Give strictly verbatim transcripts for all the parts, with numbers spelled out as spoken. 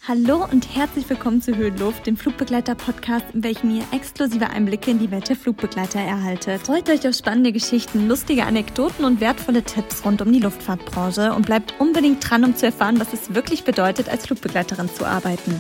Hallo und herzlich willkommen zu Höhenluft, dem Flugbegleiter-Podcast, in welchem ihr exklusive Einblicke in die Welt der Flugbegleiter erhaltet. Freut euch auf spannende Geschichten, lustige Anekdoten und wertvolle Tipps rund um die Luftfahrtbranche und bleibt unbedingt dran, um zu erfahren, was es wirklich bedeutet, als Flugbegleiterin zu arbeiten.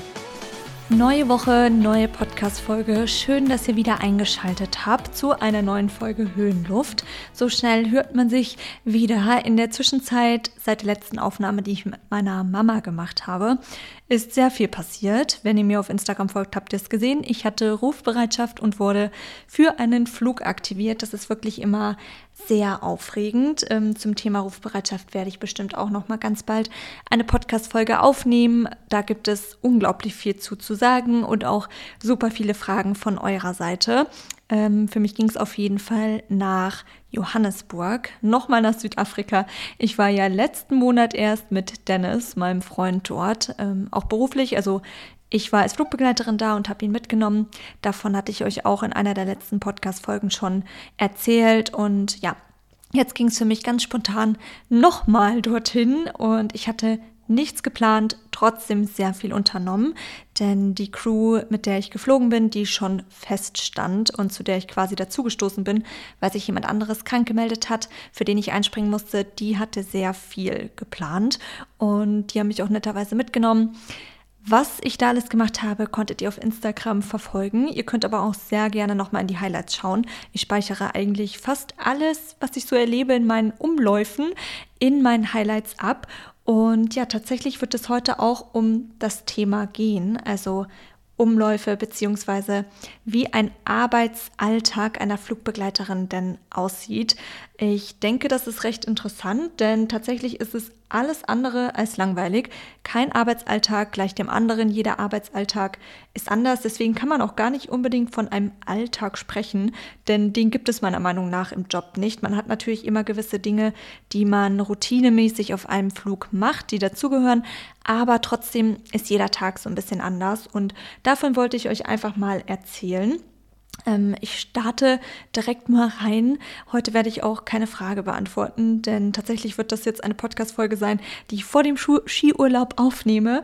Neue Woche, neue Podcast-Folge. Schön, dass ihr wieder eingeschaltet habt zu einer neuen Folge Höhenluft. So schnell hört man sich wieder. In der Zwischenzeit, seit der letzten Aufnahme, die ich mit meiner Mama gemacht habe, ist sehr viel passiert. Wenn ihr mir auf Instagram folgt, habt ihr es gesehen. Ich hatte Rufbereitschaft und wurde für einen Flug aktiviert. Das ist wirklich immer sehr aufregend. Ähm, zum Thema Rufbereitschaft werde ich bestimmt auch noch mal ganz bald eine Podcast-Folge aufnehmen. Da gibt es unglaublich viel zu, zu sagen und auch super viele Fragen von eurer Seite. Ähm, für mich ging es auf jeden Fall nach Johannesburg, nochmal nach Südafrika. Ich war ja letzten Monat erst mit Dennis, meinem Freund dort, ähm, auch beruflich, also ich war als Flugbegleiterin da und habe ihn mitgenommen. Davon hatte ich euch auch in einer der letzten Podcast-Folgen schon erzählt. Und ja, jetzt ging es für mich ganz spontan nochmal dorthin. Und ich hatte nichts geplant, trotzdem sehr viel unternommen. Denn die Crew, mit der ich geflogen bin, die schon feststand und zu der ich quasi dazugestoßen bin, weil sich jemand anderes krank gemeldet hat, für den ich einspringen musste, die hatte sehr viel geplant. Und die haben mich auch netterweise mitgenommen. Was ich da alles gemacht habe, konntet ihr auf Instagram verfolgen. Ihr könnt aber auch sehr gerne nochmal in die Highlights schauen. Ich speichere eigentlich fast alles, was ich so erlebe in meinen Umläufen, in meinen Highlights ab. Und ja, tatsächlich wird es heute auch um das Thema gehen, also Umläufe beziehungsweise wie ein Arbeitsalltag einer Flugbegleiterin denn aussieht. Ich denke, das ist recht interessant, denn tatsächlich ist es alles andere als langweilig. Kein Arbeitsalltag gleich dem anderen, jeder Arbeitsalltag ist anders. Deswegen kann man auch gar nicht unbedingt von einem Alltag sprechen, denn den gibt es meiner Meinung nach im Job nicht. Man hat natürlich immer gewisse Dinge, die man routinemäßig auf einem Flug macht, die dazugehören, aber trotzdem ist jeder Tag so ein bisschen anders und davon wollte ich euch einfach mal erzählen. Ich starte direkt mal rein. Heute werde ich auch keine Frage beantworten, denn tatsächlich wird das jetzt eine Podcast-Folge sein, die ich vor dem Skiurlaub aufnehme,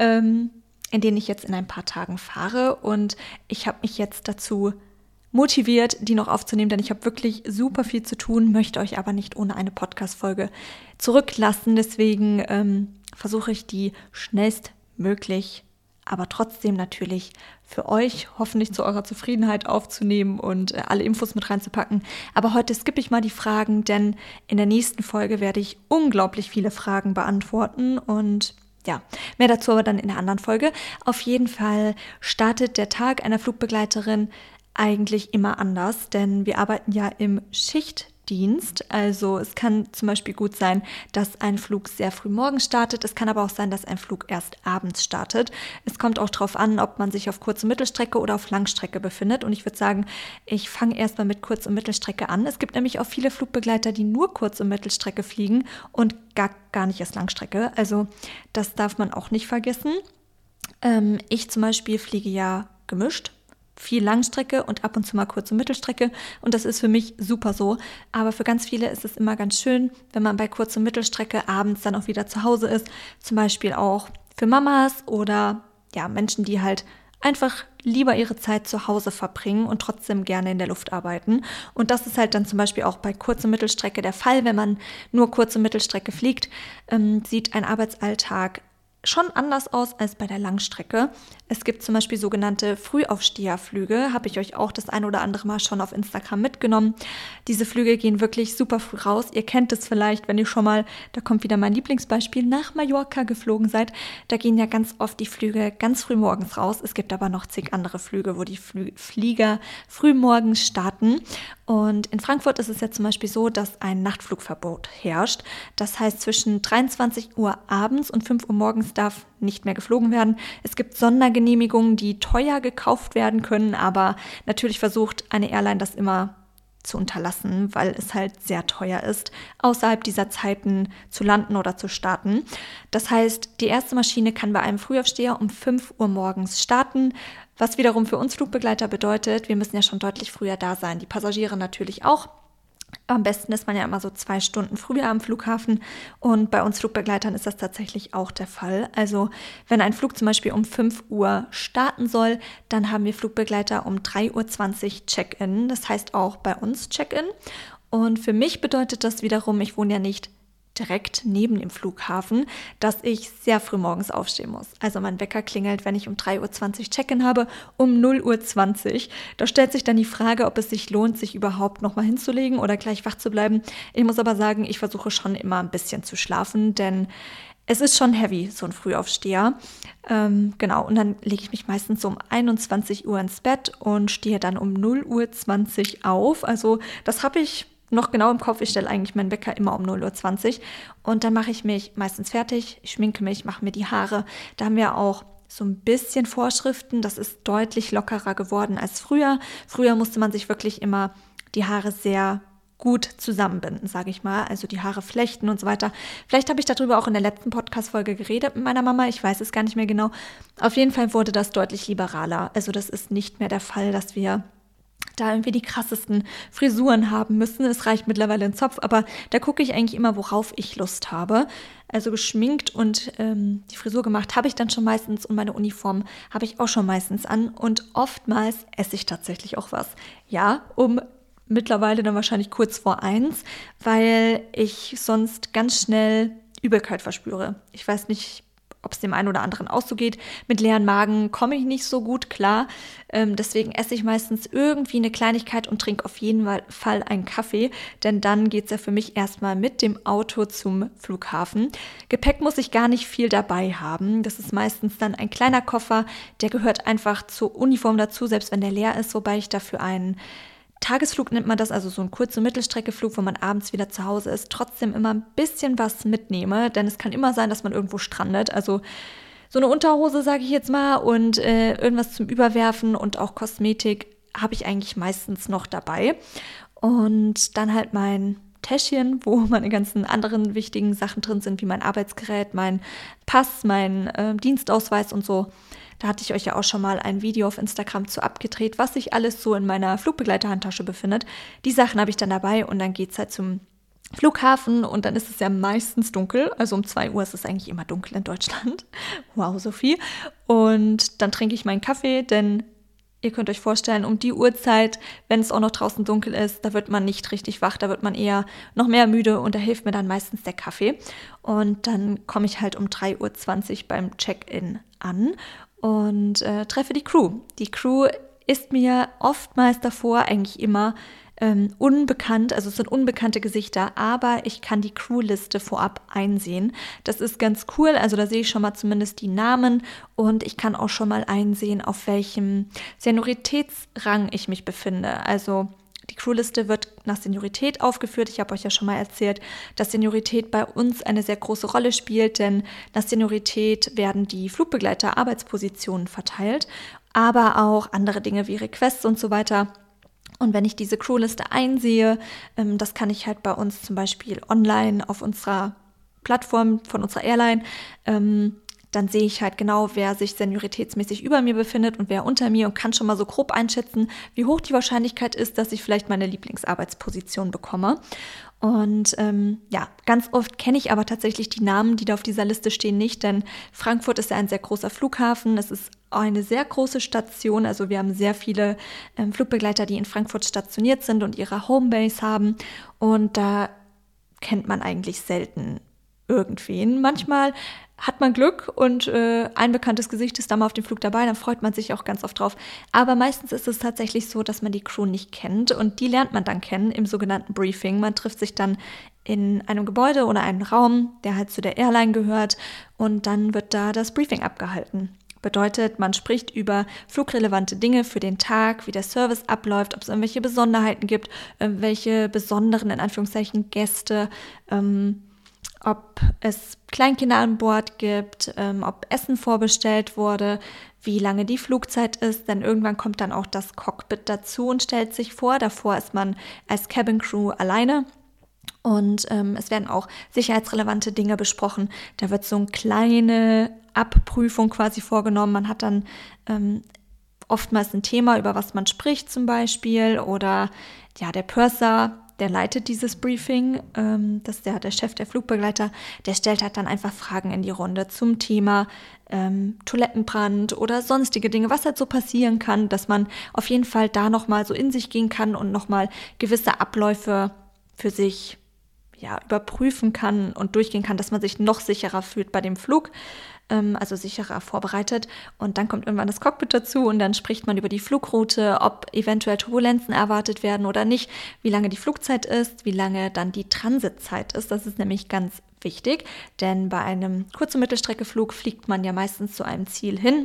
in den ich jetzt in ein paar Tagen fahre. Und ich habe mich jetzt dazu motiviert, die noch aufzunehmen, denn ich habe wirklich super viel zu tun, möchte euch aber nicht ohne eine Podcast-Folge zurücklassen. Deswegen ähm, versuche ich die schnellstmöglich aber trotzdem natürlich für euch hoffentlich zu eurer Zufriedenheit aufzunehmen und äh, alle Infos mit reinzupacken. Aber heute skippe ich mal die Fragen, denn in der nächsten Folge werde ich unglaublich viele Fragen beantworten und ja, mehr dazu aber dann in der anderen Folge. Auf jeden Fall startet der Tag einer Flugbegleiterin eigentlich immer anders, denn wir arbeiten ja im Schichtdienst. Also es kann zum Beispiel gut sein, dass ein Flug sehr früh morgens startet. Es kann aber auch sein, dass ein Flug erst abends startet. Es kommt auch darauf an, ob man sich auf Kurz- und Mittelstrecke oder auf Langstrecke befindet. Und ich würde sagen, ich fange erstmal mit Kurz- und Mittelstrecke an. Es gibt nämlich auch viele Flugbegleiter, die nur Kurz- und Mittelstrecke fliegen und gar, gar nicht erst Langstrecke. Also das darf man auch nicht vergessen. Ähm, ich zum Beispiel fliege ja gemischt. Viel Langstrecke und ab und zu mal Kurz- und Mittelstrecke und das ist für mich super so, aber für ganz viele ist es immer ganz schön, wenn man bei Kurz- und Mittelstrecke abends dann auch wieder zu Hause ist, zum Beispiel auch für Mamas oder ja Menschen, die halt einfach lieber ihre Zeit zu Hause verbringen und trotzdem gerne in der Luft arbeiten und das ist halt dann zum Beispiel auch bei Kurz- und Mittelstrecke der Fall, wenn man nur Kurz- und Mittelstrecke fliegt, ähm, sieht ein Arbeitsalltag schon anders aus als bei der Langstrecke. Es gibt zum Beispiel sogenannte Frühaufsteherflüge, habe ich euch auch das ein oder andere Mal schon auf Instagram mitgenommen. Diese Flüge gehen wirklich super früh raus. Ihr kennt es vielleicht, wenn ihr schon mal, da kommt wieder mein Lieblingsbeispiel, nach Mallorca geflogen seid. Da gehen ja ganz oft die Flüge ganz früh morgens raus. Es gibt aber noch zig andere Flüge, wo die Flü- Flieger früh morgens starten. Und in Frankfurt ist es ja zum Beispiel so, dass ein Nachtflugverbot herrscht. Das heißt, zwischen dreiundzwanzig Uhr abends und fünf Uhr morgens darf nicht mehr geflogen werden. Es gibt Sondergenehmigungen, die teuer gekauft werden können, aber natürlich versucht eine Airline das immer zu unterlassen, weil es halt sehr teuer ist, außerhalb dieser Zeiten zu landen oder zu starten. Das heißt, die erste Maschine kann bei einem Frühaufsteher um fünf Uhr morgens starten, was wiederum für uns Flugbegleiter bedeutet, wir müssen ja schon deutlich früher da sein, die Passagiere natürlich auch. Am besten ist man ja immer so zwei Stunden früher am Flughafen und bei uns Flugbegleitern ist das tatsächlich auch der Fall. Also wenn ein Flug zum Beispiel um fünf Uhr starten soll, dann haben wir Flugbegleiter um drei Uhr zwanzig Check-in, das heißt auch bei uns Check-in. Und für mich bedeutet das wiederum, ich wohne ja nicht direkt neben dem Flughafen, dass ich sehr früh morgens aufstehen muss. Also mein Wecker klingelt, wenn ich um drei Uhr zwanzig Check-in habe, um null Uhr zwanzig. Da stellt sich dann die Frage, ob es sich lohnt, sich überhaupt nochmal hinzulegen oder gleich wach zu bleiben. Ich muss aber sagen, ich versuche schon immer ein bisschen zu schlafen, denn es ist schon heavy, so ein Frühaufsteher. Ähm, genau, und dann lege ich mich meistens so um einundzwanzig Uhr ins Bett und stehe dann um null Uhr zwanzig auf. Also das habe ich noch genau im Kopf. Ich stelle eigentlich meinen Wecker immer um null Uhr zwanzig und dann mache ich mich meistens fertig, ich schminke mich, mache mir die Haare. Da haben wir auch so ein bisschen Vorschriften. Das ist deutlich lockerer geworden als früher. Früher musste man sich wirklich immer die Haare sehr gut zusammenbinden, sage ich mal. Also die Haare flechten und so weiter. Vielleicht habe ich darüber auch in der letzten Podcast-Folge geredet mit meiner Mama. Ich weiß es gar nicht mehr genau. Auf jeden Fall wurde das deutlich liberaler. Also das ist nicht mehr der Fall, dass wir da irgendwie die krassesten Frisuren haben müssen. Es reicht mittlerweile ein Zopf, aber da gucke ich eigentlich immer, worauf ich Lust habe. Also geschminkt und ähm, die Frisur gemacht habe ich dann schon meistens und meine Uniform habe ich auch schon meistens an und oftmals esse ich tatsächlich auch was. Ja, um mittlerweile dann wahrscheinlich kurz vor eins, weil ich sonst ganz schnell Übelkeit verspüre. Ich weiß nicht, ob es dem einen oder anderen auch so geht. Mit leeren Magen komme ich nicht so gut klar. Ähm, deswegen esse ich meistens irgendwie eine Kleinigkeit und trinke auf jeden Fall einen Kaffee, denn dann geht es ja für mich erstmal mit dem Auto zum Flughafen. Gepäck muss ich gar nicht viel dabei haben. Das ist meistens dann ein kleiner Koffer, der gehört einfach zur Uniform dazu, selbst wenn der leer ist, wobei ich dafür einen Tagesflug nennt man das, also so ein kurzer Mittelstreckeflug, wo man abends wieder zu Hause ist, trotzdem immer ein bisschen was mitnehme, denn es kann immer sein, dass man irgendwo strandet. Also so eine Unterhose, sage ich jetzt mal, und äh, irgendwas zum Überwerfen und auch Kosmetik habe ich eigentlich meistens noch dabei. Und dann halt mein Täschchen, wo meine ganzen anderen wichtigen Sachen drin sind, wie mein Arbeitsgerät, mein Pass, mein äh, Dienstausweis und so. Da hatte ich euch ja auch schon mal ein Video auf Instagram zu abgedreht, was sich alles so in meiner Flugbegleiterhandtasche befindet. Die Sachen habe ich dann dabei und dann geht es halt zum Flughafen und dann ist es ja meistens dunkel. Also um zwei Uhr ist es eigentlich immer dunkel in Deutschland. Wow, Sophie. Und dann trinke ich meinen Kaffee, denn ihr könnt euch vorstellen, um die Uhrzeit, wenn es auch noch draußen dunkel ist, da wird man nicht richtig wach, da wird man eher noch mehr müde und da hilft mir dann meistens der Kaffee. Und dann komme ich halt um drei Uhr zwanzig beim Check-in an und äh, treffe die Crew. Die Crew ist mir oftmals davor eigentlich immer ähm, unbekannt, also es sind unbekannte Gesichter, aber ich kann die Crewliste vorab einsehen. Das ist ganz cool, also da sehe ich schon mal zumindest die Namen und ich kann auch schon mal einsehen, auf welchem Senioritätsrang ich mich befinde. Also die Crewliste wird nach Seniorität aufgeführt. Ich habe euch ja schon mal erzählt, dass Seniorität bei uns eine sehr große Rolle spielt, denn nach Seniorität werden die Flugbegleiter-Arbeitspositionen verteilt, aber auch andere Dinge wie Requests und so weiter. Und wenn ich diese Crewliste einsehe, ähm, das kann ich halt bei uns zum Beispiel online auf unserer Plattform von unserer Airline, ähm, dann sehe ich halt genau, wer sich senioritätsmäßig über mir befindet und wer unter mir und kann schon mal so grob einschätzen, wie hoch die Wahrscheinlichkeit ist, dass ich vielleicht meine Lieblingsarbeitsposition bekomme. Und ähm, ja, ganz oft kenne ich aber tatsächlich die Namen, die da auf dieser Liste stehen, nicht, denn Frankfurt ist ja ein sehr großer Flughafen, es ist eine sehr große Station, also wir haben sehr viele ähm, Flugbegleiter, die in Frankfurt stationiert sind und ihre Homebase haben und da kennt man eigentlich selten irgendwen. Manchmal hat man Glück und äh, ein bekanntes Gesicht ist da mal auf dem Flug dabei, dann freut man sich auch ganz oft drauf. Aber meistens ist es tatsächlich so, dass man die Crew nicht kennt und die lernt man dann kennen im sogenannten Briefing. Man trifft sich dann in einem Gebäude oder einem Raum, der halt zu der Airline gehört und dann wird da das Briefing abgehalten. Bedeutet, man spricht über flugrelevante Dinge für den Tag, wie der Service abläuft, ob es irgendwelche Besonderheiten gibt, irgendwelche besonderen, in Anführungszeichen, Gäste, ähm, ob es Kleinkinder an Bord gibt, ähm, ob Essen vorbestellt wurde, wie lange die Flugzeit ist, denn irgendwann kommt dann auch das Cockpit dazu und stellt sich vor. Davor ist man als Cabin Crew alleine und ähm, es werden auch sicherheitsrelevante Dinge besprochen. Da wird so eine kleine Abprüfung quasi vorgenommen. Man hat dann ähm, oftmals ein Thema, über was man spricht zum Beispiel oder ja, der Purser, der leitet dieses Briefing, ähm, das ist der, der Chef der Flugbegleiter, der stellt halt dann einfach Fragen in die Runde zum Thema ähm, Toilettenbrand oder sonstige Dinge, was halt so passieren kann, dass man auf jeden Fall da nochmal so in sich gehen kann und nochmal gewisse Abläufe für sich ja, überprüfen kann und durchgehen kann, dass man sich noch sicherer fühlt bei dem Flug, ähm, also sicherer vorbereitet. Und dann kommt irgendwann das Cockpit dazu und dann spricht man über die Flugroute, ob eventuell Turbulenzen erwartet werden oder nicht, wie lange die Flugzeit ist, wie lange dann die Transitzeit ist. Das ist nämlich ganz wichtig, denn bei einem Kurz- und Mittelstreckeflug fliegt man ja meistens zu einem Ziel hin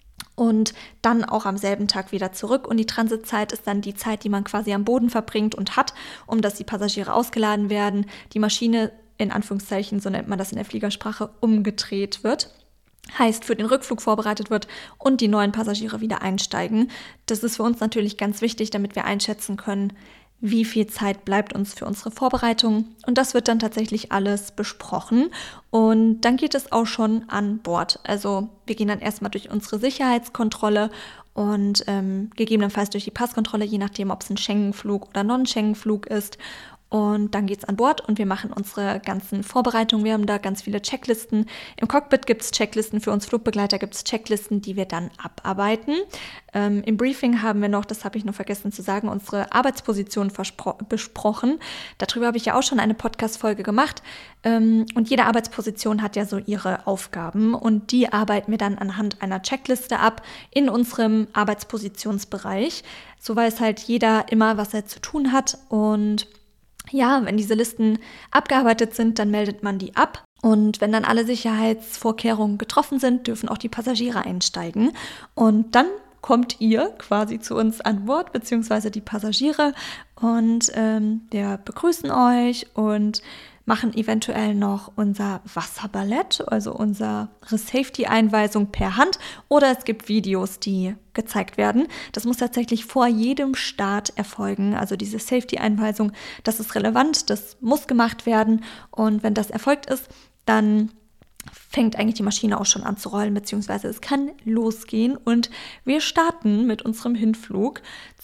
und dann auch am selben Tag wieder zurück. Und die Transitzeit ist dann die Zeit, die man quasi am Boden verbringt und hat, um dass die Passagiere ausgeladen werden, die Maschine, in Anführungszeichen, so nennt man das in der Fliegersprache, umgedreht wird. Heißt, für den Rückflug vorbereitet wird und die neuen Passagiere wieder einsteigen. Das ist für uns natürlich ganz wichtig, damit wir einschätzen können, wie viel Zeit bleibt uns für unsere Vorbereitung. Und das wird dann tatsächlich alles besprochen. Und dann geht es auch schon an Bord. Also wir gehen dann erstmal durch unsere Sicherheitskontrolle und ähm, gegebenenfalls durch die Passkontrolle, je nachdem, ob es ein Schengen-Flug oder Non-Schengen-Flug ist. Und dann geht's an Bord und wir machen unsere ganzen Vorbereitungen. Wir haben da ganz viele Checklisten. Im Cockpit gibt es Checklisten, für uns Flugbegleiter gibt es Checklisten, die wir dann abarbeiten. Ähm, Im Briefing haben wir noch, das habe ich noch vergessen zu sagen, unsere Arbeitsposition besprochen. Darüber habe ich ja auch schon eine Podcast-Folge gemacht. Ähm, und jede Arbeitsposition hat ja so ihre Aufgaben und die arbeiten wir dann anhand einer Checkliste ab in unserem Arbeitspositionsbereich. So weiß halt jeder immer, was er zu tun hat. Und ja, wenn diese Listen abgearbeitet sind, dann meldet man die ab. Und wenn dann alle Sicherheitsvorkehrungen getroffen sind, dürfen auch die Passagiere einsteigen. Und dann kommt ihr quasi zu uns an Bord, beziehungsweise die Passagiere. Und ähm, wir begrüßen euch und machen eventuell noch unser Wasserballett, also unsere Safety-Einweisung per Hand. Oder es gibt Videos, die gezeigt werden. Das muss tatsächlich vor jedem Start erfolgen. Also diese Safety-Einweisung, das ist relevant, das muss gemacht werden. Und wenn das erfolgt ist, dann fängt eigentlich die Maschine auch schon an zu rollen, beziehungsweise es kann losgehen. Und wir starten mit unserem Hinflug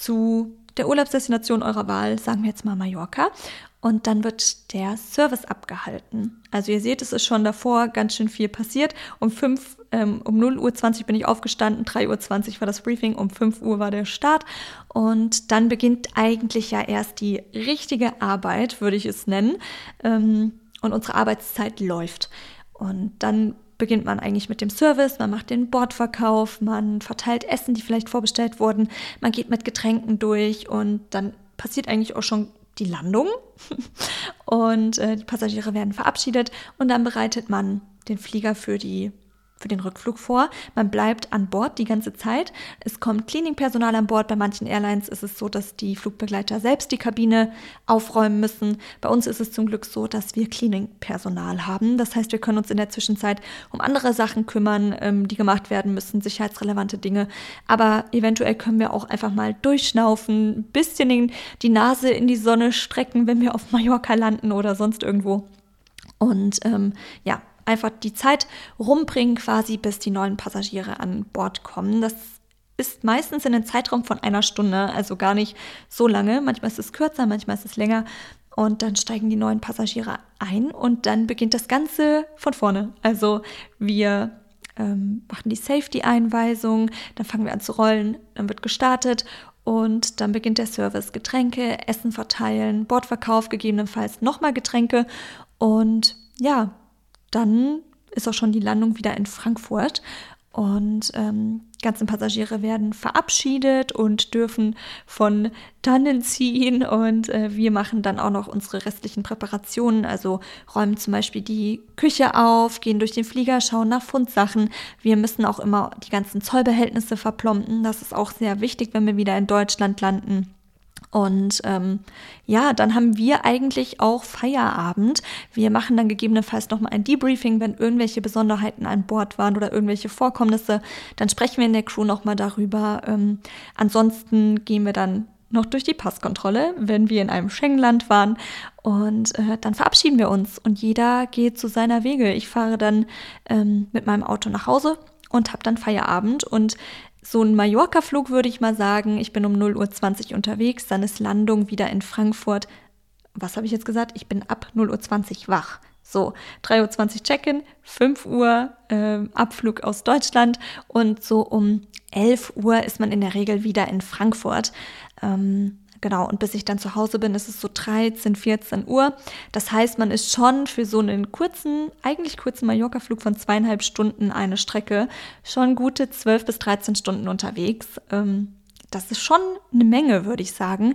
zu der Urlaubsdestination eurer Wahl, sagen wir jetzt mal Mallorca. Und dann wird der Service abgehalten. Also ihr seht, es ist schon davor ganz schön viel passiert. Um fünf, ähm, um null Uhr zwanzig bin ich aufgestanden, drei Uhr zwanzig war das Briefing, um fünf Uhr war der Start. Und dann beginnt eigentlich ja erst die richtige Arbeit, würde ich es nennen. Ähm, und unsere Arbeitszeit läuft. Und dann beginnt man eigentlich mit dem Service, man macht den Bordverkauf, man verteilt Essen, die vielleicht vorbestellt wurden, man geht mit Getränken durch und dann passiert eigentlich auch schon die Landung und äh, die Passagiere werden verabschiedet und dann bereitet man den Flieger für die für den Rückflug vor. Man bleibt an Bord die ganze Zeit. Es kommt Cleaning-Personal an Bord. Bei manchen Airlines ist es so, dass die Flugbegleiter selbst die Kabine aufräumen müssen. Bei uns ist es zum Glück so, dass wir Cleaning-Personal haben. Das heißt, wir können uns in der Zwischenzeit um andere Sachen kümmern, ähm, die gemacht werden müssen, sicherheitsrelevante Dinge. Aber eventuell können wir auch einfach mal durchschnaufen, ein bisschen in, die Nase in die Sonne strecken, wenn wir auf Mallorca landen oder sonst irgendwo. Und ähm, ja, einfach die Zeit rumbringen quasi, bis die neuen Passagiere an Bord kommen. Das ist meistens in einem Zeitraum von einer Stunde, also gar nicht so lange. Manchmal ist es kürzer, manchmal ist es länger. Und dann steigen die neuen Passagiere ein und dann beginnt das Ganze von vorne. Also wir ähm, machen die Safety-Einweisung, dann fangen wir an zu rollen, dann wird gestartet und dann beginnt der Service. Getränke, Essen verteilen, Bordverkauf, gegebenenfalls nochmal Getränke und ja, dann ist auch schon die Landung wieder in Frankfurt und ähm, ganzen Passagiere werden verabschiedet und dürfen von dannen ziehen und äh, wir machen dann auch noch unsere restlichen Präparationen, also räumen zum Beispiel die Küche auf, gehen durch den Flieger, schauen nach Fundsachen. Wir müssen auch immer die ganzen Zollbehältnisse verplomben, das ist auch sehr wichtig, wenn wir wieder in Deutschland landen. Und ähm, ja, dann haben wir eigentlich auch Feierabend. Wir machen dann gegebenenfalls nochmal ein Debriefing, wenn irgendwelche Besonderheiten an Bord waren oder irgendwelche Vorkommnisse. Dann sprechen wir in der Crew nochmal darüber. Ähm, ansonsten gehen wir dann noch durch die Passkontrolle, wenn wir in einem Schengen-Land waren. Und äh, dann verabschieden wir uns und jeder geht zu seiner Wege. Ich fahre dann ähm, mit meinem Auto nach Hause und habe dann Feierabend und so ein Mallorca-Flug würde ich mal sagen, ich bin um null Uhr zwanzig unterwegs, dann ist Landung wieder in Frankfurt was habe ich jetzt gesagt? Ich bin ab null Uhr zwanzig wach. So, drei Uhr zwanzig Check-in, fünf Uhr äh, Abflug aus Deutschland und so um elf Uhr ist man in der Regel wieder in Frankfurt. Ähm, genau, und bis ich dann zu Hause bin, ist es so dreizehn, vierzehn Uhr. Das heißt, man ist schon für so einen kurzen, eigentlich kurzen Mallorca-Flug von zweieinhalb Stunden eine Strecke schon gute zwölf bis dreizehn Stunden unterwegs. Ähm, das ist schon eine Menge, würde ich sagen.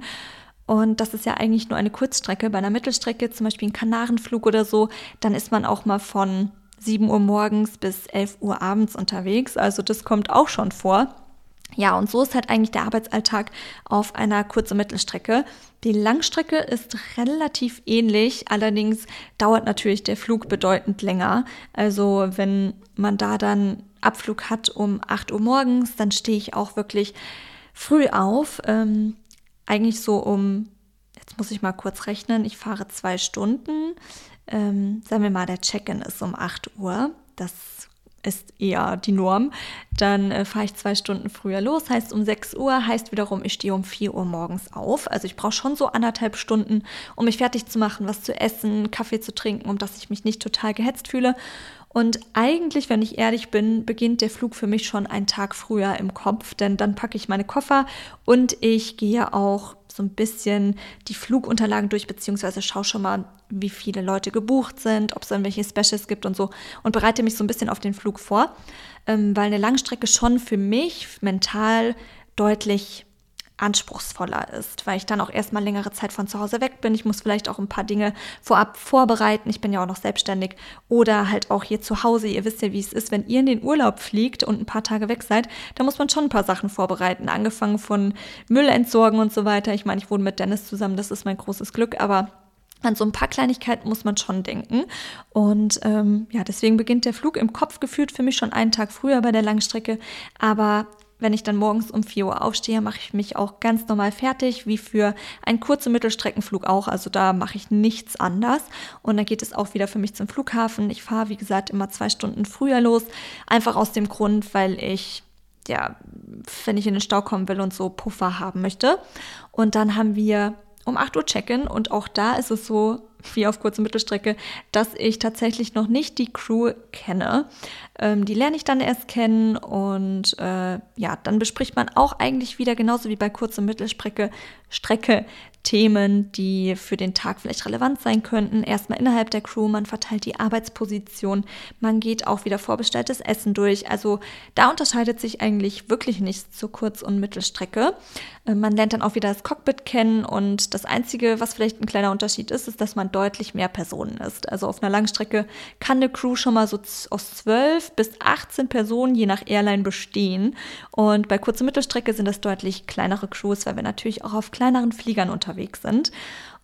Und das ist ja eigentlich nur eine Kurzstrecke. Bei einer Mittelstrecke, zum Beispiel ein Kanarenflug oder so, dann ist man auch mal von sieben Uhr morgens bis elf Uhr abends unterwegs. Also das kommt auch schon vor. Ja, und so ist halt eigentlich der Arbeitsalltag auf einer Kurz- und Mittelstrecke. Die Langstrecke ist relativ ähnlich, allerdings dauert natürlich der Flug bedeutend länger. Also wenn man da dann Abflug hat um acht Uhr morgens, dann stehe ich auch wirklich früh auf. Ähm, Eigentlich so um, jetzt muss ich mal kurz rechnen, ich fahre zwei Stunden. Ähm, sagen wir mal, der Check-in ist um acht Uhr. Das ist eher die Norm. Dann äh, fahre ich zwei Stunden früher los, heißt um sechs Uhr, heißt wiederum, ich stehe um vier Uhr morgens auf. Also ich brauche schon so anderthalb Stunden, um mich fertig zu machen, was zu essen, Kaffee zu trinken, um dass ich mich nicht total gehetzt fühle. Und eigentlich, wenn ich ehrlich bin, beginnt der Flug für mich schon einen Tag früher im Kopf, denn dann packe ich meine Koffer und ich gehe auch so ein bisschen die Flugunterlagen durch, beziehungsweise schaue schon mal, wie viele Leute gebucht sind, ob es irgendwelche Specials gibt und so und bereite mich so ein bisschen auf den Flug vor, ähm, weil eine Langstrecke schon für mich mental deutlich anspruchsvoller ist, weil ich dann auch erstmal längere Zeit von zu Hause weg bin. Ich muss vielleicht auch ein paar Dinge vorab vorbereiten. Ich bin ja auch noch selbstständig oder halt auch hier zu Hause. Ihr wisst ja, wie es ist, wenn ihr in den Urlaub fliegt und ein paar Tage weg seid, da muss man schon ein paar Sachen vorbereiten, angefangen von Müll entsorgen und so weiter. Ich meine, ich wohne mit Dennis zusammen, das ist mein großes Glück, aber an so ein paar Kleinigkeiten muss man schon denken. Und ähm, ja, deswegen beginnt der Flug im Kopf gefühlt für mich schon einen Tag früher bei der Langstrecke, aber wenn ich dann morgens um vier Uhr aufstehe, mache ich mich auch ganz normal fertig, wie für einen kurzen Mittelstreckenflug auch. Also da mache ich nichts anders. Und dann geht es auch wieder für mich zum Flughafen. Ich fahre, wie gesagt, immer zwei Stunden früher los. Einfach aus dem Grund, weil ich, ja, wenn ich in den Stau kommen will und so Puffer haben möchte. Und dann haben wir um acht Uhr Check-in und auch da ist es so, wie auf Kurz- und Mittelstrecke, dass ich tatsächlich noch nicht die Crew kenne. Ähm, die lerne ich dann erst kennen und äh, ja, dann bespricht man auch eigentlich wieder genauso wie bei Kurz- und Mittelstrecke Strecke Themen, die für den Tag vielleicht relevant sein könnten. Erstmal innerhalb der Crew, man verteilt die Arbeitsposition, man geht auch wieder vorbestelltes Essen durch. Also da unterscheidet sich eigentlich wirklich nichts zur Kurz- und Mittelstrecke. Äh, man lernt dann auch wieder das Cockpit kennen und das Einzige, was vielleicht ein kleiner Unterschied ist, ist, dass man deutlich mehr Personen ist. Also auf einer Langstrecke kann eine Crew schon mal so aus zwölf bis achtzehn Personen je nach Airline bestehen. Und bei Kurz- und Mittelstrecke sind das deutlich kleinere Crews, weil wir natürlich auch auf kleineren Fliegern unterwegs sind.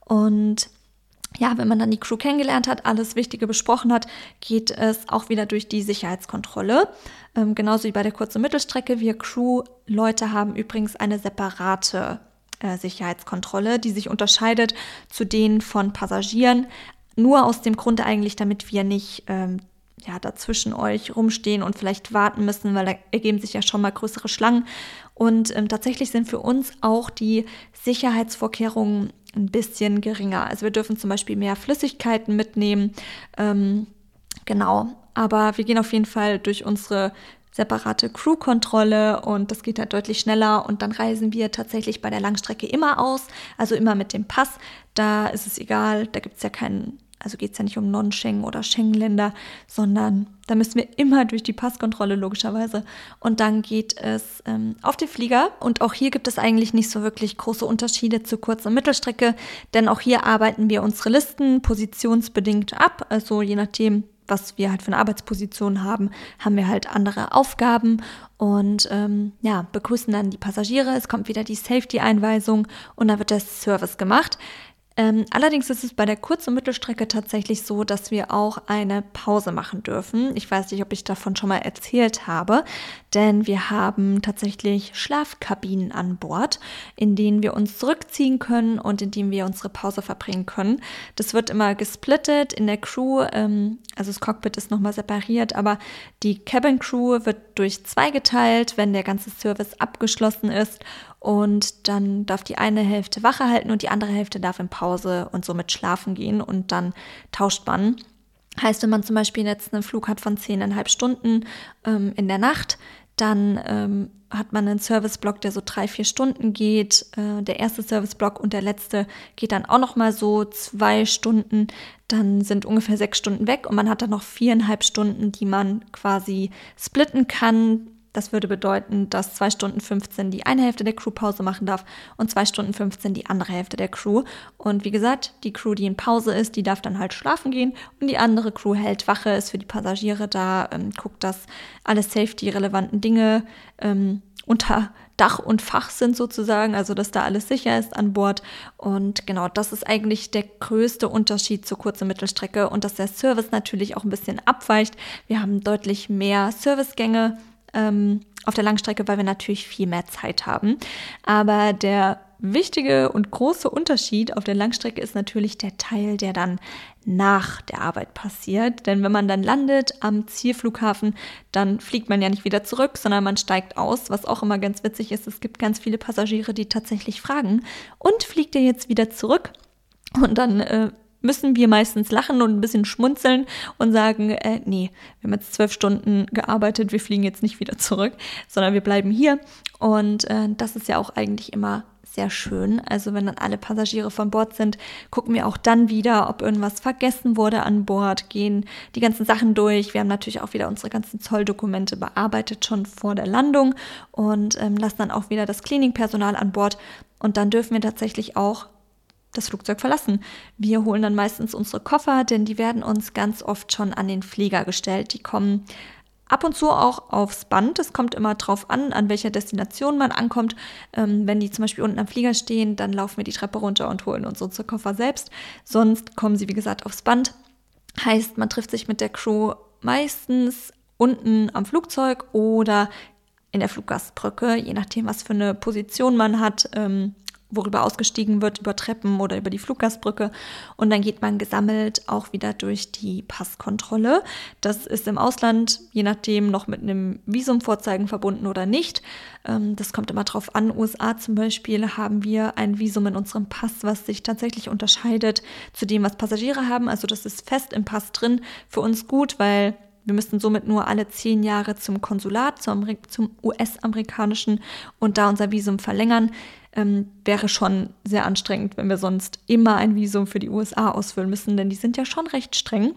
Und ja, wenn man dann die Crew kennengelernt hat, alles Wichtige besprochen hat, geht es auch wieder durch die Sicherheitskontrolle. Ähm, genauso wie bei der Kurz- und Mittelstrecke. Wir Crew-Leute haben übrigens eine separate äh, Sicherheitskontrolle, die sich unterscheidet zu denen von Passagieren. Nur aus dem Grund eigentlich, damit wir nicht ähm, ja, dazwischen euch rumstehen und vielleicht warten müssen, weil da ergeben sich ja schon mal größere Schlangen. Und ähm, tatsächlich sind für uns auch die Sicherheitsvorkehrungen ein bisschen geringer. Also wir dürfen zum Beispiel mehr Flüssigkeiten mitnehmen. Ähm, genau, aber wir gehen auf jeden Fall durch unsere separate Crew-Kontrolle und das geht halt deutlich schneller und dann reisen wir tatsächlich bei der Langstrecke immer aus, also immer mit dem Pass. Da ist es egal, da gibt es ja keinen, also geht es ja nicht um Non-Schengen- oder Schengen-Länder, sondern da müssen wir immer durch die Passkontrolle logischerweise und dann geht es ähm, auf den Flieger und auch hier gibt es eigentlich nicht so wirklich große Unterschiede zur Kurz- und Mittelstrecke, denn auch hier arbeiten wir unsere Listen positionsbedingt ab, also je nachdem, was wir halt für eine Arbeitsposition haben, haben wir halt andere Aufgaben und ähm, ja, begrüßen dann die Passagiere. Es kommt wieder die Safety-Einweisung und dann wird der Service gemacht. Ähm, allerdings ist es bei der Kurz- und Mittelstrecke tatsächlich so, dass wir auch eine Pause machen dürfen. Ich weiß nicht, ob ich davon schon mal erzählt habe, denn wir haben tatsächlich Schlafkabinen an Bord, in denen wir uns zurückziehen können und in denen wir unsere Pause verbringen können. Das wird immer gesplittet in der Crew, ähm, also das Cockpit ist nochmal separiert, aber die Cabin Crew wird durch zwei geteilt, wenn der ganze Service abgeschlossen ist. und dann darf die eine Hälfte Wache halten und die andere Hälfte darf in Pause und somit schlafen gehen und dann tauscht man. Heißt, wenn man zum Beispiel jetzt einen Flug hat von zehn Komma fünf Stunden ähm, in der Nacht, dann ähm, hat man einen Serviceblock, der so drei, vier Stunden geht. Äh, der erste Serviceblock und der letzte geht dann auch nochmal so zwei Stunden. Dann sind ungefähr sechs Stunden weg und man hat dann noch viereinhalb Stunden, die man quasi splitten kann. Das würde bedeuten, dass zwei Stunden fünfzehn die eine Hälfte der Crew Pause machen darf und zwei Stunden fünfzehn die andere Hälfte der Crew. Und wie gesagt, die Crew, die in Pause ist, die darf dann halt schlafen gehen und die andere Crew hält Wache, ist für die Passagiere da, ähm, guckt, dass alle safety-relevanten Dinge ähm, unter Dach und Fach sind sozusagen, also dass da alles sicher ist an Bord. Und genau, das ist eigentlich der größte Unterschied zur Kurz- und Mittelstrecke und dass der Service natürlich auch ein bisschen abweicht. Wir haben deutlich mehr Servicegänge ähm, auf der Langstrecke, weil wir natürlich viel mehr Zeit haben. Aber der wichtige und große Unterschied auf der Langstrecke ist natürlich der Teil, der dann nach der Arbeit passiert. Denn wenn man dann landet am Zielflughafen, dann fliegt man ja nicht wieder zurück, sondern man steigt aus, was auch immer ganz witzig ist. Es gibt ganz viele Passagiere, die tatsächlich fragen, und fliegt ihr jetzt wieder zurück? Und dann äh, müssen wir meistens lachen und ein bisschen schmunzeln und sagen, äh, nee, wir haben jetzt zwölf Stunden gearbeitet, wir fliegen jetzt nicht wieder zurück, sondern wir bleiben hier. Und äh, das ist ja auch eigentlich immer sehr schön. Also wenn dann alle Passagiere von Bord sind, gucken wir auch dann wieder, ob irgendwas vergessen wurde an Bord, gehen die ganzen Sachen durch. Wir haben natürlich auch wieder unsere ganzen Zolldokumente bearbeitet schon vor der Landung und ähm, lassen dann auch wieder das Cleaning-Personal an Bord. Und dann dürfen wir tatsächlich auch das Flugzeug verlassen. Wir holen dann meistens unsere Koffer, denn die werden uns ganz oft schon an den Flieger gestellt. Die kommen ab und zu auch aufs Band. Es kommt immer drauf an, an welcher Destination man ankommt. Ähm, wenn die zum Beispiel unten am Flieger stehen, dann laufen wir die Treppe runter und holen uns unsere Koffer selbst. Sonst kommen sie, wie gesagt, aufs Band. Heißt, man trifft sich mit der Crew meistens unten am Flugzeug oder in der Fluggastbrücke, je nachdem, was für eine Position man hat, ähm, worüber ausgestiegen wird, über Treppen oder über die Fluggastbrücke. Und dann geht man gesammelt auch wieder durch die Passkontrolle. Das ist im Ausland, je nachdem, noch mit einem Visumvorzeigen verbunden oder nicht. Das kommt immer drauf an. U S A zum Beispiel haben wir ein Visum in unserem Pass, was sich tatsächlich unterscheidet zu dem, was Passagiere haben. Also das ist fest im Pass drin. Für uns gut, weil wir müssten somit nur alle zehn Jahre zum Konsulat, zum, zum U S-amerikanischen und da unser Visum verlängern. Ähm, wäre schon sehr anstrengend, wenn wir sonst immer ein Visum für die U S A ausfüllen müssen, denn die sind ja schon recht streng.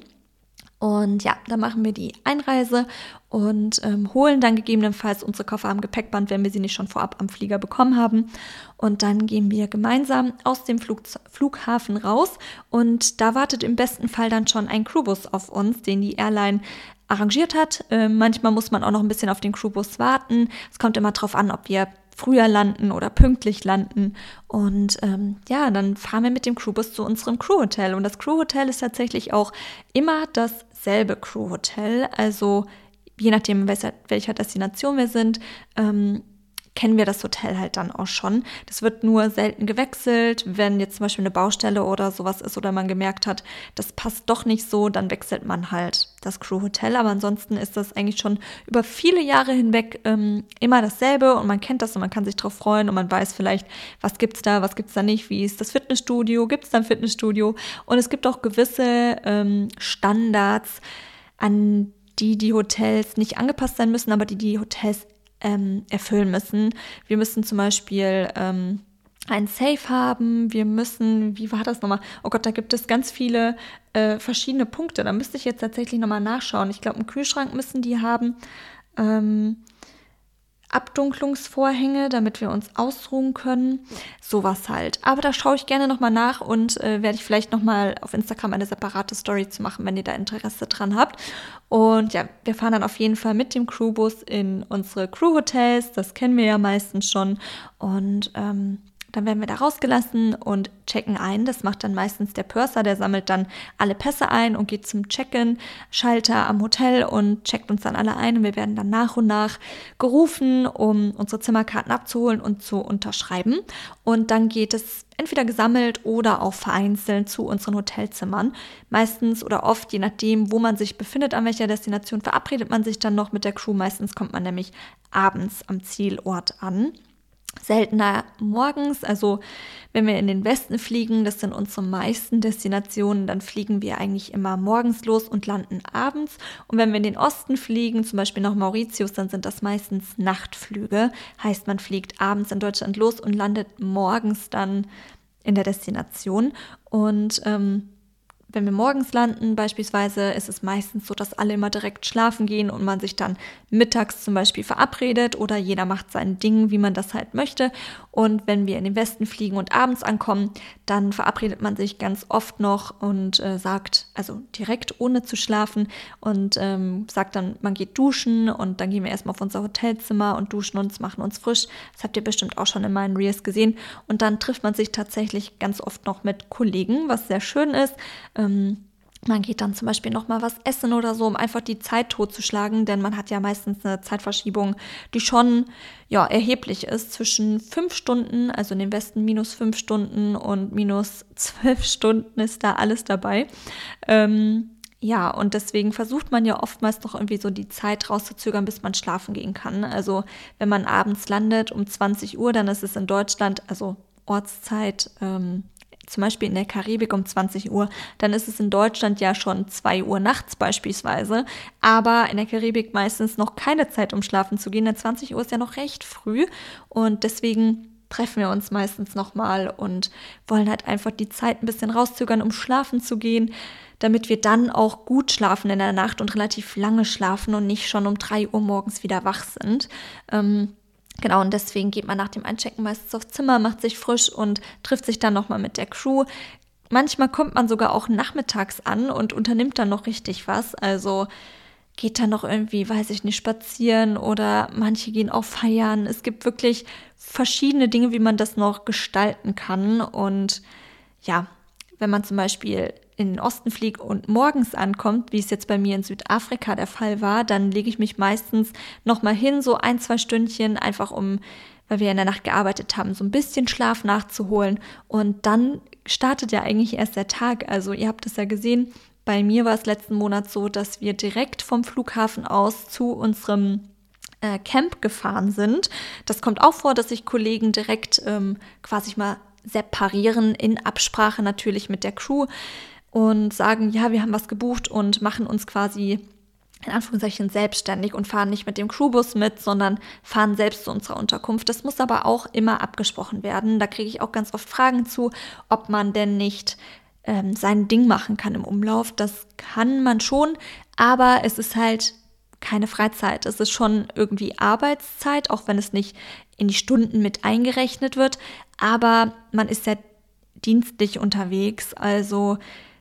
Und ja, dann machen wir die Einreise und ähm, holen dann gegebenenfalls unsere Koffer am Gepäckband, wenn wir sie nicht schon vorab am Flieger bekommen haben. Und dann gehen wir gemeinsam aus dem Flug- Flughafen raus und da wartet im besten Fall dann schon ein Crewbus auf uns, den die Airline arrangiert hat. Äh, manchmal muss man auch noch ein bisschen auf den Crewbus warten. Es kommt immer drauf an, ob wir früher landen oder pünktlich landen. Und ähm, ja, dann fahren wir mit dem Crewbus zu unserem Crewhotel. Und das Crewhotel ist tatsächlich auch immer dasselbe Crewhotel. Also je nachdem, welcher, welcher Destination wir sind, ähm, kennen wir das Hotel halt dann auch schon. Das wird nur selten gewechselt. Wenn jetzt zum Beispiel eine Baustelle oder sowas ist oder man gemerkt hat, das passt doch nicht so, dann wechselt man halt das Crewhotel. Aber ansonsten ist das eigentlich schon über viele Jahre hinweg ähm, immer dasselbe und man kennt das und man kann sich drauf freuen und man weiß vielleicht, was gibt's da, was gibt's da nicht, wie ist das Fitnessstudio, gibt's da ein Fitnessstudio? Und es gibt auch gewisse ähm, Standards, an die die Hotels nicht angepasst sein müssen, aber die die Hotels Ähm, erfüllen müssen. Wir müssen zum Beispiel ähm, ein Safe haben, wir müssen, wie war das nochmal? Oh Gott, da gibt es ganz viele äh, verschiedene Punkte. Da müsste ich jetzt tatsächlich nochmal nachschauen. Ich glaube, einen Kühlschrank müssen die haben, ähm, Abdunklungsvorhänge, damit wir uns ausruhen können, sowas halt. Aber da schaue ich gerne nochmal nach und äh, werde ich vielleicht nochmal auf Instagram eine separate Story zu machen, wenn ihr da Interesse dran habt. Und ja, wir fahren dann auf jeden Fall mit dem Crewbus in unsere Crewhotels, das kennen wir ja meistens schon. Und ähm, dann werden wir da rausgelassen und checken ein. Das macht dann meistens der Purser, der sammelt dann alle Pässe ein und geht zum Check-in-Schalter am Hotel und checkt uns dann alle ein. Und wir werden dann nach und nach gerufen, um unsere Zimmerkarten abzuholen und zu unterschreiben. Und dann geht es entweder gesammelt oder auch vereinzelt zu unseren Hotelzimmern. Meistens oder oft, je nachdem, wo man sich befindet, an welcher Destination, verabredet man sich dann noch mit der Crew. Meistens kommt man nämlich abends am Zielort an. seltener morgens. Also wenn wir in den Westen fliegen, das sind unsere meisten Destinationen, dann fliegen wir eigentlich immer morgens los und landen abends. Und wenn wir in den Osten fliegen, zum Beispiel nach Mauritius, dann sind das meistens Nachtflüge. Heißt, man fliegt abends in Deutschland los und landet morgens dann in der Destination. Und ähm, wenn wir morgens landen beispielsweise, ist es meistens so, dass alle immer direkt schlafen gehen und man sich dann mittags zum Beispiel verabredet oder jeder macht sein Ding, wie man das halt möchte. Und wenn wir in den Westen fliegen und abends ankommen, dann verabredet man sich ganz oft noch und äh, sagt, also direkt ohne zu schlafen und ähm, sagt dann, man geht duschen und dann gehen wir erstmal auf unser Hotelzimmer und duschen uns, machen uns frisch. Das habt ihr bestimmt auch schon in meinen Reels gesehen. Und dann trifft man sich tatsächlich ganz oft noch mit Kollegen, was sehr schön ist. Ähm, Man geht dann zum Beispiel noch mal was essen oder so, um einfach die Zeit totzuschlagen, denn man hat ja meistens eine Zeitverschiebung, die schon ja, erheblich ist, zwischen fünf Stunden, also in den Westen minus fünf Stunden und minus zwölf Stunden ist da alles dabei. Ähm, ja, und deswegen versucht man ja oftmals doch irgendwie so die Zeit rauszuzögern, bis man schlafen gehen kann. Also wenn man abends landet um zwanzig Uhr, dann ist es in Deutschland, also Ortszeit, ähm, zum Beispiel in der Karibik um zwanzig Uhr, dann ist es in Deutschland ja schon zwei Uhr nachts beispielsweise, aber in der Karibik meistens noch keine Zeit, um schlafen zu gehen, denn zwanzig Uhr ist ja noch recht früh und deswegen treffen wir uns meistens nochmal und wollen halt einfach die Zeit ein bisschen rauszögern, um schlafen zu gehen, damit wir dann auch gut schlafen in der Nacht und relativ lange schlafen und nicht schon um drei Uhr morgens wieder wach sind. Ähm, Genau, und deswegen geht man nach dem Einchecken meistens aufs Zimmer, macht sich frisch und trifft sich dann nochmal mit der Crew. Manchmal kommt man sogar auch nachmittags an und unternimmt dann noch richtig was. Also geht dann noch irgendwie, weiß ich nicht, spazieren oder manche gehen auch feiern. Es gibt wirklich verschiedene Dinge, wie man das noch gestalten kann. Und ja, wenn man zum Beispiel in den Osten fliegt und morgens ankommt, wie es jetzt bei mir in Südafrika der Fall war, dann lege ich mich meistens nochmal hin, so ein, zwei Stündchen, einfach um, weil wir in der Nacht gearbeitet haben, so ein bisschen Schlaf nachzuholen. Und dann startet ja eigentlich erst der Tag. Also ihr habt es ja gesehen, bei mir war es letzten Monat so, dass wir direkt vom Flughafen aus zu unserem äh, Camp gefahren sind. Das kommt auch vor, dass sich Kollegen direkt ähm, quasi mal separieren, in Absprache natürlich mit der Crew und sagen, ja, wir haben was gebucht und machen uns quasi in Anführungszeichen selbstständig und fahren nicht mit dem Crewbus mit, sondern fahren selbst zu unserer Unterkunft. Das muss aber auch immer abgesprochen werden. Da kriege ich auch ganz oft Fragen zu, ob man denn nicht ähm, sein Ding machen kann im Umlauf. Das kann man schon, aber es ist halt keine Freizeit. Es ist schon irgendwie Arbeitszeit, auch wenn es nicht in die Stunden mit eingerechnet wird. Aber man ist ja dienstlich unterwegs, also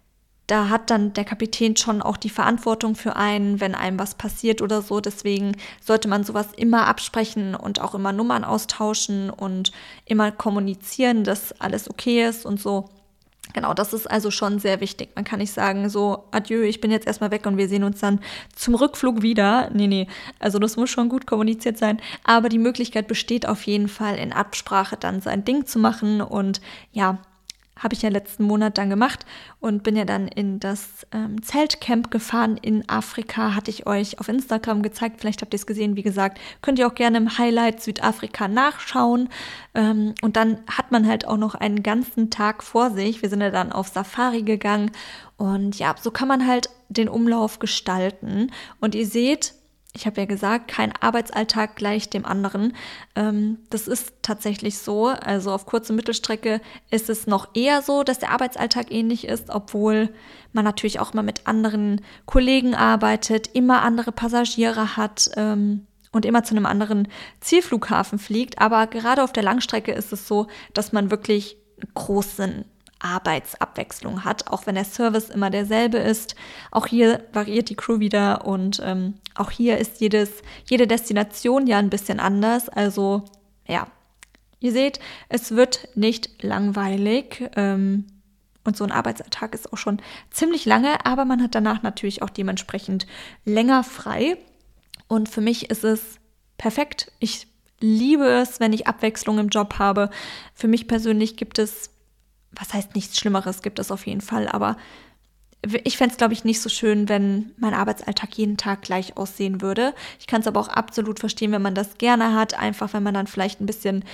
da hat dann der Kapitän schon auch die Verantwortung für einen, wenn einem was passiert oder so. Deswegen sollte man sowas immer absprechen und auch immer Nummern austauschen und immer kommunizieren, dass alles okay ist und so. Genau, das ist also schon sehr wichtig. Man kann nicht sagen, so, adieu, ich bin jetzt erstmal weg und wir sehen uns dann zum Rückflug wieder. Nee, nee, also das muss schon gut kommuniziert sein. Aber die Möglichkeit besteht auf jeden Fall, in Absprache dann sein Ding zu machen. Und ja, habe ich ja letzten Monat dann gemacht und bin ja dann in das ähm, Zeltcamp gefahren in Afrika, hatte ich euch auf Instagram gezeigt, vielleicht habt ihr es gesehen, wie gesagt, könnt ihr auch gerne im Highlight Südafrika nachschauen ähm, und dann hat man halt auch noch einen ganzen Tag vor sich, wir sind ja dann auf Safari gegangen und ja, so kann man halt den Umlauf gestalten und ihr seht, ich habe ja gesagt, kein Arbeitsalltag gleich dem anderen. Ähm, das ist tatsächlich so. Also auf kurze Mittelstrecke ist es noch eher so, dass der Arbeitsalltag ähnlich ist, obwohl man natürlich auch mal mit anderen Kollegen arbeitet, immer andere Passagiere hat ähm, und immer zu einem anderen Zielflughafen fliegt. Aber gerade auf der Langstrecke ist es so, dass man wirklich großen Arbeitsabwechslung hat, auch wenn der Service immer derselbe ist. Auch hier variiert die Crew wieder und ähm, auch hier ist jedes, jede Destination ja ein bisschen anders. Also ja, ihr seht, es wird nicht langweilig ähm, und so ein Arbeitsalltag ist auch schon ziemlich lange, aber man hat danach natürlich auch dementsprechend länger frei und für mich ist es perfekt. Ich liebe es, wenn ich Abwechslung im Job habe. Für mich persönlich gibt es Was heißt nichts Schlimmeres, gibt es auf jeden Fall, aber ich fände es, glaube ich, nicht so schön, wenn mein Arbeitsalltag jeden Tag gleich aussehen würde. Ich kann es aber auch absolut verstehen, wenn man das gerne hat, einfach wenn man dann vielleicht ein bisschen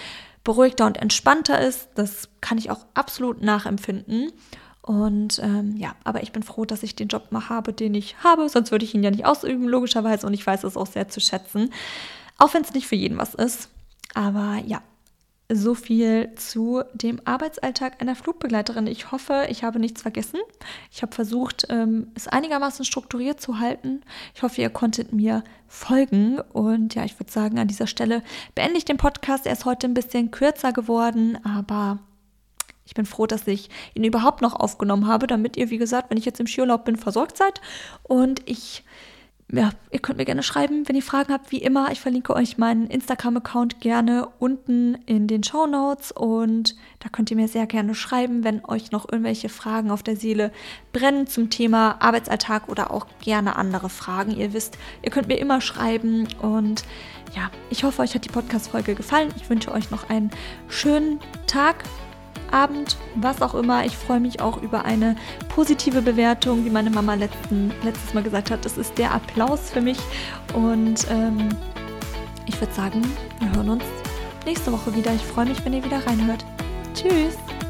beruhigter und entspannter ist. Das kann ich auch absolut nachempfinden. Und ähm, ja, aber ich bin froh, dass ich den Job mal habe, den ich habe. Sonst würde ich ihn ja nicht ausüben, logischerweise. Und ich weiß es auch sehr zu schätzen. Auch wenn es nicht für jeden was ist. Aber ja, so viel zu dem Arbeitsalltag einer Flugbegleiterin. Ich hoffe, ich habe nichts vergessen. Ich habe versucht, ähm, es einigermaßen strukturiert zu halten. Ich hoffe, ihr konntet mir folgen. Und ja, ich würde sagen, an dieser Stelle beende ich den Podcast. Er ist heute ein bisschen kürzer geworden, aber ich bin froh, dass ich ihn überhaupt noch aufgenommen habe, damit ihr, wie gesagt, wenn ich jetzt im Skiurlaub bin, versorgt seid. Und ich, ja, ihr könnt mir gerne schreiben, wenn ihr Fragen habt, wie immer. Ich verlinke euch meinen Instagram-Account gerne unten in den Shownotes. Und da könnt ihr mir sehr gerne schreiben, wenn euch noch irgendwelche Fragen auf der Seele brennen zum Thema Arbeitsalltag oder auch gerne andere Fragen. Ihr wisst, ihr könnt mir immer schreiben. Und ja, ich hoffe, euch hat die Podcast-Folge gefallen. Ich wünsche euch noch einen schönen Tag, Abend, was auch immer. Ich freue mich auch über eine positive Bewertung, wie meine Mama letzten, letztes Mal gesagt hat. Das ist der Applaus für mich. Und ähm, ich würde sagen, wir hören uns nächste Woche wieder. Ich freue mich, wenn ihr wieder reinhört. Tschüss!